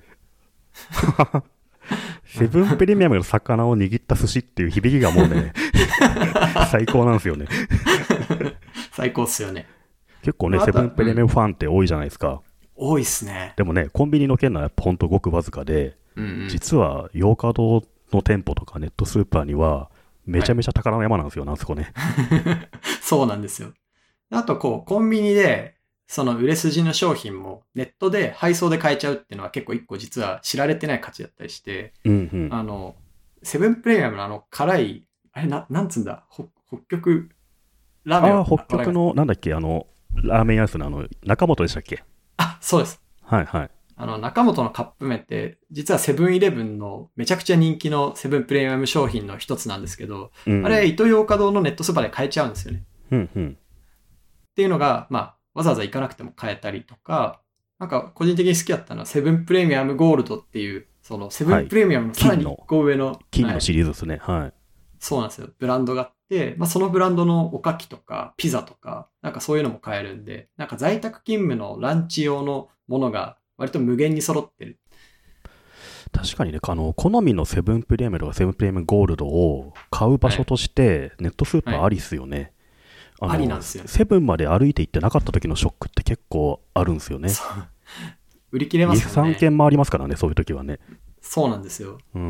セブンプレミアムの魚を握った寿司っていう響きがもうね、最高なんですよね。 最高っすよね。 結構ね、セブンプレミアムファンって多いじゃないですか。 多いっすね。 でもね、コンビニの件はやっぱほんとごくわずかで、うんうん、実はヨーカドーの店舗とかネットスーパーにはめちゃめちゃ宝の山なんですよ、はい、なんそこね。 そうなんですよ。あとこうコンビニでその売れ筋の商品もネットで配送で買えちゃうっていうのは結構一個実は知られてない価値だったりして、うんうん、あのセブンプレミアムのあの辛いあれななんつうんだ北極ラーメン、 あ北極のなんだっけあのラーメン屋ですね、あの中本でしたっけ。 あ、そうです。 はいはい。 あの、中本のカップ麺って、実はセブンイレブンのめちゃくちゃ人気のセブンプレミアム商品の一つなんですけど、うん、あれ、イトーヨーカドーのネットスーパーで買えちゃうんですよね。 うんうん。 っていうのが、まあ、わざわざ行かなくても買えたりとか、なんか、個人的に好きだったのは、セブンプレミアムゴールドっていう、その、セブンプレミアムのさらに一個上の、 金のシリーズですね。はい。 そうなんですよ。ブランドがあって、まあ、そのブランドのおかきとか、ピザとか、なんかそういうのも買えるんで、なんか在宅勤務のランチ用のものが割と無限に揃ってる。 確かにね、あの好みのセブンプレミアムとかセブンプレミアムゴールドを買う場所として、はい、ネットスーパーありっすよね。 はい、あのありなんですよ、ね。 セブンまで歩いて行ってなかった時のショックって結構あるんですよね。 売り切れますよね。 に、さんけん回りますからね、そういう時はね。 そうなんですよ。うん。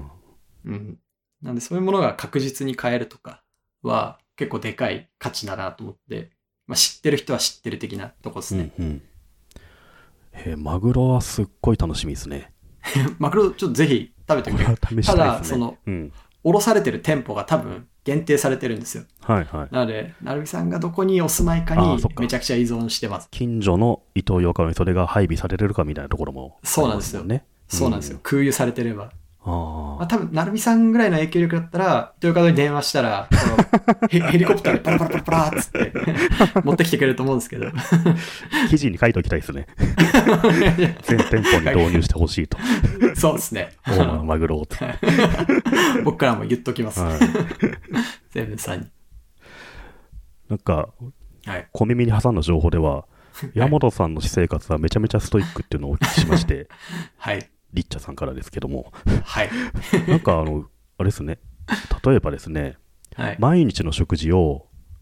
うん。なんでそういうものが確実に買えるとかは結構でかい価値だなと思って、まあ、知ってる人は知ってる的なとこですね。うんうん、 えー、マグロはすっごい楽しみですね。 マグロちょっとぜひ食べてみてください。ただその、うん、卸されてる店舗が多分限定されてるんですよ。 はいはい。 なので成美さんがどこにお住まいかにめちゃくちゃ依存してます。 近所のイトーヨーカドーにそれが配備されてるかみたいなところも、ね、 そうなんですよね。そうなんですよ。うん、空輸されてれば。あまあ、多分、成美さんぐらいの影響力だったら、イトーヨーカドーに電話したら、ヘ, ヘリコプターでパラパラパラパラーっつって持ってきてくれると思うんですけど。 記事に書いておきたいですね。全店舗に導入してほしいと。 そうですね。 大間のマグロをと。 僕からも言っときます。はい、全部さんに。 なんか、はい、小耳に挟んだ情報では、山本さんの私生活はめちゃめちゃストイックっていうのをお聞きしまして。 はい。 リッチャさんからですけども、 はい、 なんかあのあれですね、例えばですね、はい、毎日の食事を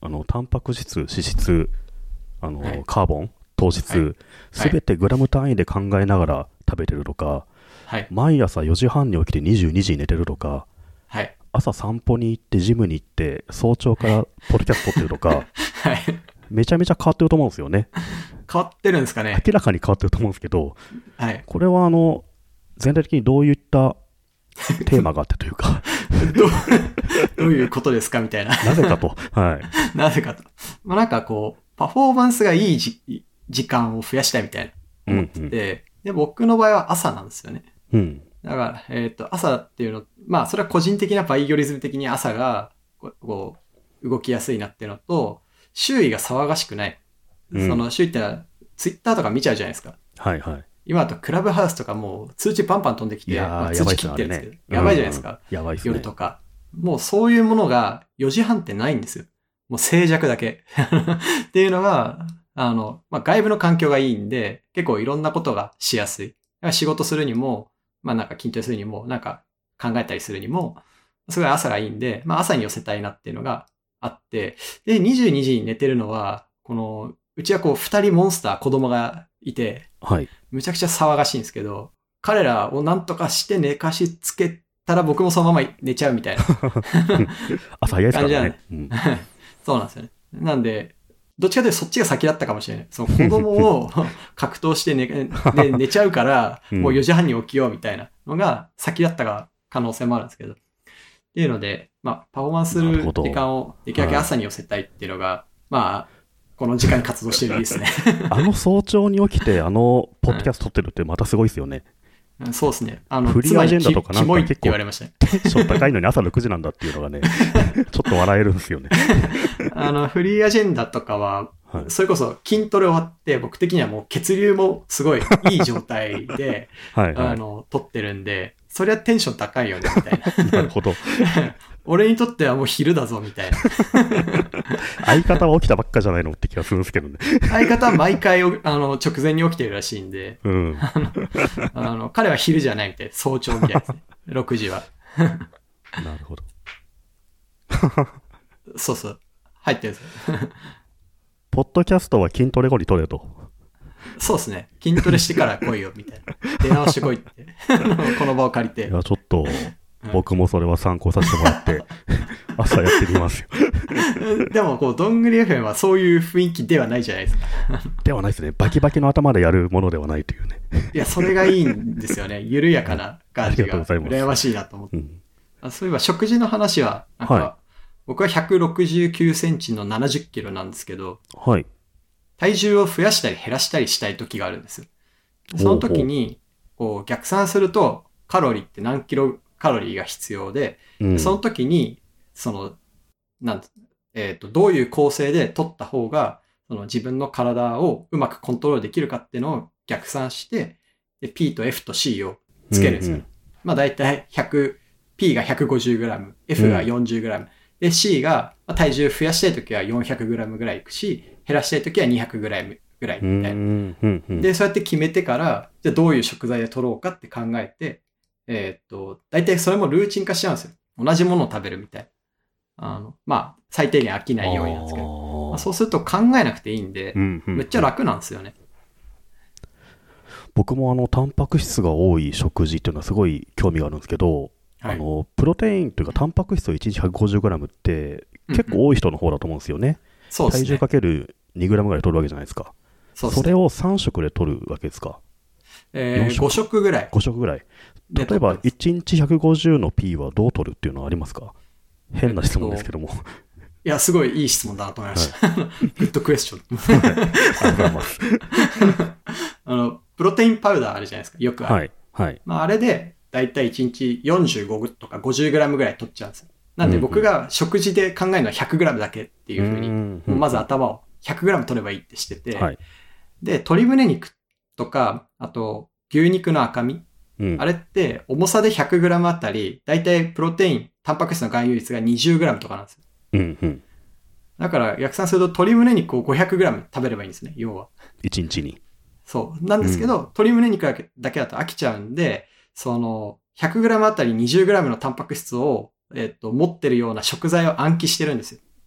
あのタンパク質、脂質、あの、はい、カーボン、糖質、すべ、はい、てグラム単位で考えながら食べてるとか、はい、毎朝よじはんに起きてにじゅうにじに寝てるとか、はい、朝散歩に行ってジムに行って早朝からポッドキャスト撮ってるとか、はい、めちゃめちゃ変わってると思うんですよね。 変わってるんですかね。 明らかに変わってると思うんですけど、 はい、 これはあの全体的にどういったテーマがあってというかどう、どういうことですかみたいな。 なぜかと。はい。 なぜかと。まあなんかこう、パフォーマンスがいいじ時間を増やしたいみたいな思ってて、うんうん、で、僕の場合は朝なんですよね。 うん。 だから、えっと、朝っていうの、まあそれは個人的なバイオリズム的に朝が、こう、動きやすいなっていうのと、周囲が騒がしくない。うん、その周囲ってのは、ツイッターとか見ちゃうじゃないですか。 はいはい。 今だとクラブハウスとかもう通知バンバン飛んできて、まあ、通知切ってるんですけど、やばいじゃないですか。 やばいですね。 夜とか。もうそういうものがよじはんってないんですよ。もう静寂だけ。っていうのが、あの、まあ、外部の環境がいいんで、結構いろんなことがしやすい。仕事するにも、まあなんか筋トレするにも、なんか考えたりするにも、すごい朝がいいんで、まあ朝に寄せたいなっていうのがあって、で、にじゅうにじに寝てるのは、この、うちはこう二人モンスター子供がいて、 はい。 むちゃくちゃ騒がしいんですけど、彼らをなんとかして寝かしつけたら僕もそのまま寝ちゃうみたいな。 朝早いですからね。 うん、そうなんですよね。なんで、どっちかというとそっちが先だったかもしれない。その子供を格闘して寝、ね、寝ちゃうから、もうよじはんに起きようみたいなのが先だったが可能性もあるんですけど。っていうので、まあ、パフォーマンスする時間をできるだけ朝に寄せたいっていうのが、はい、まあ、この時間に活動してる理由ですね。 あの早朝に起きて、あの、ポッドキャスト撮ってるってまたすごいですよね。 うん、そうですね。あの、 フリーアジェンダとかなんか結構言われましたね。 テンション高いのに朝ろくじなんだっていうのがね、ちょっと笑えるんですよね。 あの、フリーアジェンダとかは、はい、それこそ筋トレ終わって、僕的にはもう血流もすごいいい状態で、はい、はい、あの、撮ってるんで、そりゃテンション高いよね、みたいな。 なるほど。 俺にとってはもう昼だぞ、みたいな。 相方は起きたばっかじゃないのって気がするんですけどね。 相方は毎回、あの、直前に起きてるらしいんで、 うん、 あのあの彼は昼じゃないみたいな、早朝みたいですね。ろくじは。 なるほど。 そうそう。入ってるんですよ。 ポッドキャストは筋トレ後に撮れと。 そうですね。筋トレしてから来いよ、みたいな。出直してこいって。この場を借りて。 いや、ちょっと、僕もそれは参考させてもらって、朝やってみますよ。 でも、こう、どんぐり エフエム はそういう雰囲気ではないじゃないですか。 ではないですね。バキバキの頭でやるものではないというね。 いや、それがいいんですよね。緩やかな感じが。羨ましいなと思って。うん、あそういえば、食事の話は、なんか、はい、僕はひゃくろくじゅうきゅうセンチのななじゅっキロなんですけど、 はい。 体重を増やしたり減らしたりしたい時があるんですよ。その時に、こう、逆算すると、カロリーって何キロカロリーが必要で、うん、その時に、その、なんえっと、どういう構成で取った方が、その自分の体をうまくコントロールできるかっていうのを逆算して、で P と F と C をつけるんですよ。うんうん、まあ大体ひゃく、P が ひゃくごじゅうグラム、F が よんじゅうグラム、うん、で C が体重増やしたい時は よんひゃくグラムぐらいいくし、減らしたい時は にひゃくグラムぐらいみたいな。 うんうんうん、 で、そうやって決めてから、じゃあどういう食材で取ろうかって考えて、えー、っと、大体それもルーチン化しちゃうんですよ。同じものを食べるみたいな。あの、まあ、最低限飽きないようになんですけど。まあ、そうすると考えなくていいんで、うんうんうん、めっちゃ楽なんですよね。 僕もあの、タンパク質が多い食事っていうのはすごい興味があるんですけど、はい、あの、プロテインというかタンパク質をいちにち ひゃくごじゅうグラム って結構多い人の方だと思うんですよね。うんうん、そうですね。体重かけるにグラムぐらい取るわけじゃないですか。そうですね。それをさん食で取るわけですか。 えー、ご食ぐらい。 ご食ぐらい。例えば、いちにちひゃくごじゅうの P はどう取るっていうのはありますか？変な質問ですけども。 いや、すごいいい質問だなと思いました。はい、グッドクエスチョン。ありがとうございます。あの、プロテインパウダーあるじゃないですか。よくある。はい。はい。まあ、あれで、だいたいいちにちよんじゅうごとか ごじゅうグラム ぐらい取っちゃうんですよ。なんで僕が食事で考えるのは ひゃくグラム だけっていうふうに、もうまず頭を ひゃくグラム 取ればいいってしてて、はい、で、鶏胸肉とか、あと、牛肉の赤身、うん、あれって重さで ひゃくグラム あたり、だいたいプロテイン、タンパク質の含有率が にじゅうグラム とかなんですよ。うんうん、だから逆算すると鶏胸肉を ごひゃくグラム 食べればいいんですね、要は。 いちにちに。 そう。なんですけど、うん、鶏胸肉だけだと飽きちゃうんで、その ひゃくグラム あたり にじゅうグラム のタンパク質を、えっと、持ってるような食材を暗記してるんですよ。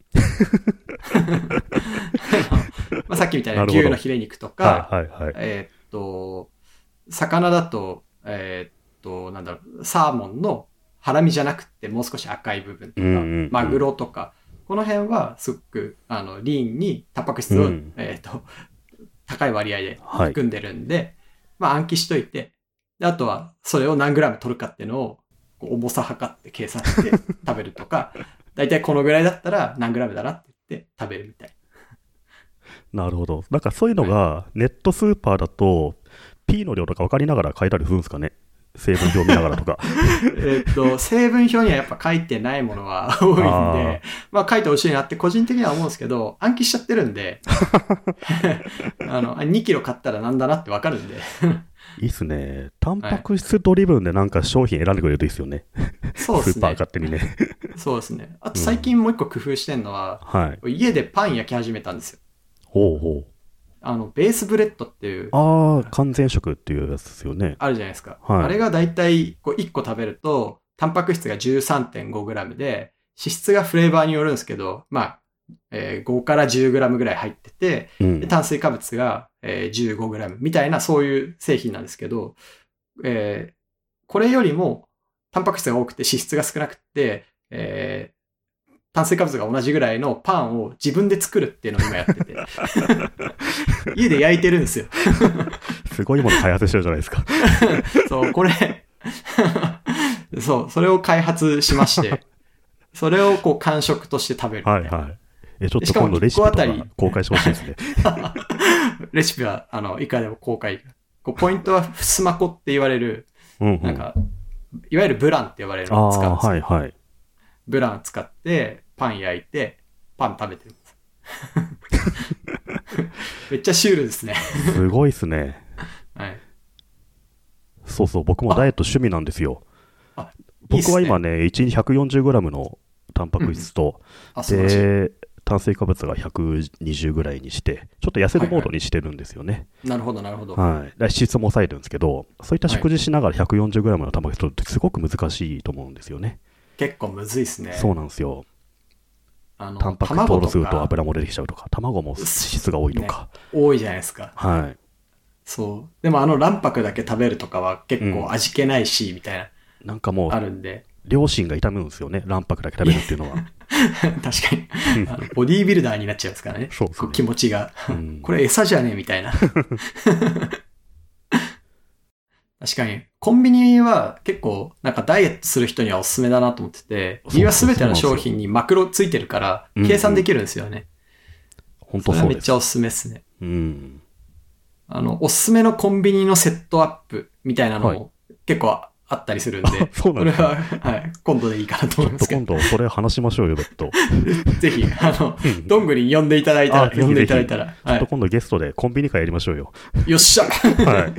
まあさっきみたいな牛のヒレ肉とか、 はいはいはい、 えー、っと、魚だと、えー、っと、なんだろう、サーモンのハラミじゃなくてもう少し赤い部分とか、うんうんうん、マグロとか、この辺はすごくあのリーンにタンパク質を、うん、えー、っと高い割合で含んでるんで、はい、まあ暗記しといて、であとはそれを何グラム取るかっていうのを重さ測って計算して食べるとか、だいたいこのぐらいだったら何グラムだなって言って食べるみたいな。なるほど。なんかそういうのがネットスーパーだと P の量とか分かりながら書いたりするんですかね。成分表見ながらとかえっと成分表にはやっぱ書いてないものは多いんで、まあ書いてほしいなって個人的には思うんですけど、暗記しちゃってるんであのにキロ買ったらなんだなって分かるんでいいっすね。タンパク質ドリブンでなんか商品選んでくれるといいですよね。 そうですね。 スーパー勝手にね。 そうですね。あと最近もう一個工夫してんのは、うんはい、家でパン焼き始めたんですよ。 ほうほう。 あの、ベースブレッドっていう。 ああ、完全食っていうやつですよね。 あるじゃないですか。はい、あれがだいたいこういっこ食べると、タンパク質が じゅうさんてんごグラム で、脂質がフレーバーによるんですけど、まあ、えー、ごから じゅうグラム ぐらい入ってて、うん、で炭水化物が、えー、じゅうごグラム みたいなそういう製品なんですけど、えー、これよりもタンパク質が多くて脂質が少なくて、えー、炭水化物が同じぐらいのパンを自分で作るっていうのを今やってて家で焼いてるんですよすごいもの開発してるじゃないですかそうこれそうそれを開発しましてそれをこう間食として食べるみたいな。はいはい。 え、ちょっと今度レシピとか公開してほしいですね。 レシピは、あの、いくらでも公開。こうポイントは、ふすまこって言われる、うんうん、なんか、いわゆるブランって呼ばれるのを使うんですよ。はいはい。ブラン使って、パン焼いて、パン食べてるんです。めっちゃシュールですね。 すごいですね。はい。そうそう、僕もダイエット趣味なんですよ。あ、僕は今ね、いちにち ひゃくよんじゅうグラム のタンパク質と、うん、で炭水化物がひゃくにじゅうぐらいにしてちょっと痩せるモードにしてるんですよね。はいはい、 なるほどなるほど。 はい。脂質も抑えるんですけど、そういった食事しながら ひゃくよんじゅうグラム のタンパク質ってすごく難しいと思うんですよね。 結構むずいですね。 そうなんですよ。あのタンパク質とすると油も出てきちゃうとか、卵も脂質が多いとか、 ね、多いじゃないですか。 はい。 そう。でもあの卵白だけ食べるとかは結構味気ないし、うん、みたいな。 なんかもうあるんで。 両親が痛むんですよね。卵白だけ食べるっていうのは。 確かにあの。ボディービルダーになっちゃうんですからね。そうですね。気持ちが。うん、これ餌じゃねえみたいな。確かに。コンビニは結構なんかダイエットする人にはおすすめだなと思ってて、理由は全ての商品にマクロついてるから計算できるんですよね。 本当そうです。 それはめっちゃおすすめですね。 うん。 あの、おすすめのコンビニのセットアップみたいなのも結構あったりするんで、 そうなんですか。 これは、はい、今度でいいかなと思いますけど。 今度それ話しましょうよ、別途。 ぜひ、あの、どんぐりに呼んでいただいたら、呼んでいただいたら。はい、 ちょっと今度ゲストでコンビニ会やりましょうよ。 よっしゃはい。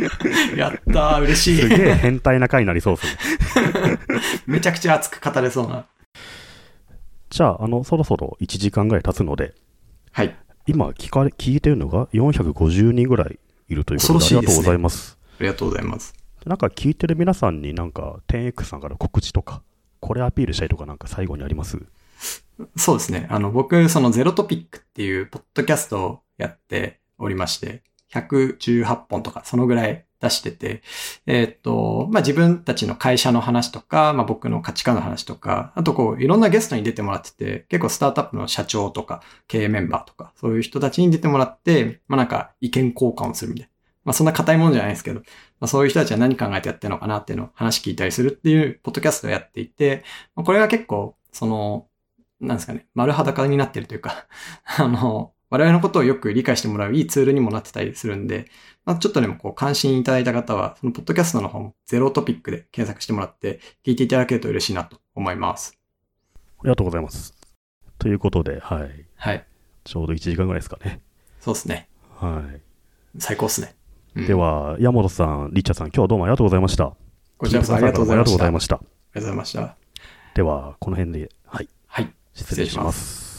やったー、嬉しい。 すげえ変態な会になりそうですね。 めちゃくちゃ熱く語れそうな。 じゃあ、あの、そろそろいちじかんぐらい経つので、 はい。 今聞かれ、聞いてるのがよんひゃくごじゅうにんぐらいいるということで、ありがとうございます。 ありがとうございます。 なんか聞いてる皆さんになんか テンエックス さんから告知とか、これアピールしたいとかなんか最後にあります？ そうですね。あの、僕、そのゼロトピックっていうポッドキャストをやっておりまして、ひゃくじゅうはっぽんとかそのぐらい出してて、えー、っと、まあ、自分たちの会社の話とか、まあ、僕の価値観の話とか、あとこう、いろんなゲストに出てもらってて、結構スタートアップの社長とか、経営メンバーとか、そういう人たちに出てもらって、まあ、なんか意見交換をするみたいな。まあそんな硬いもんじゃないですけど、まあ、そういう人たちは何考えてやってるのかなっていうのを話聞いたりするっていうポッドキャストをやっていて、まあ、これが結構、その、なんですかね、丸裸になってるというか、あの、我々のことをよく理解してもらういいツールにもなってたりするんで、まあ、ちょっとでもこう関心いただいた方は、そのポッドキャストの方もゼロトピックで検索してもらって聞いていただけると嬉しいなと思います。 ありがとうございます。ということで、はい。 はい。 ちょうどいちじかんぐらいですかね。 そうですね。 はい。 最高ですね。 うん、では、山本さん、リッチャーさん、今日はどうもありがとうございました。 こちらこそありがとうございました。ありがとうございました。 では、この辺で、はい。 はい。 失礼します。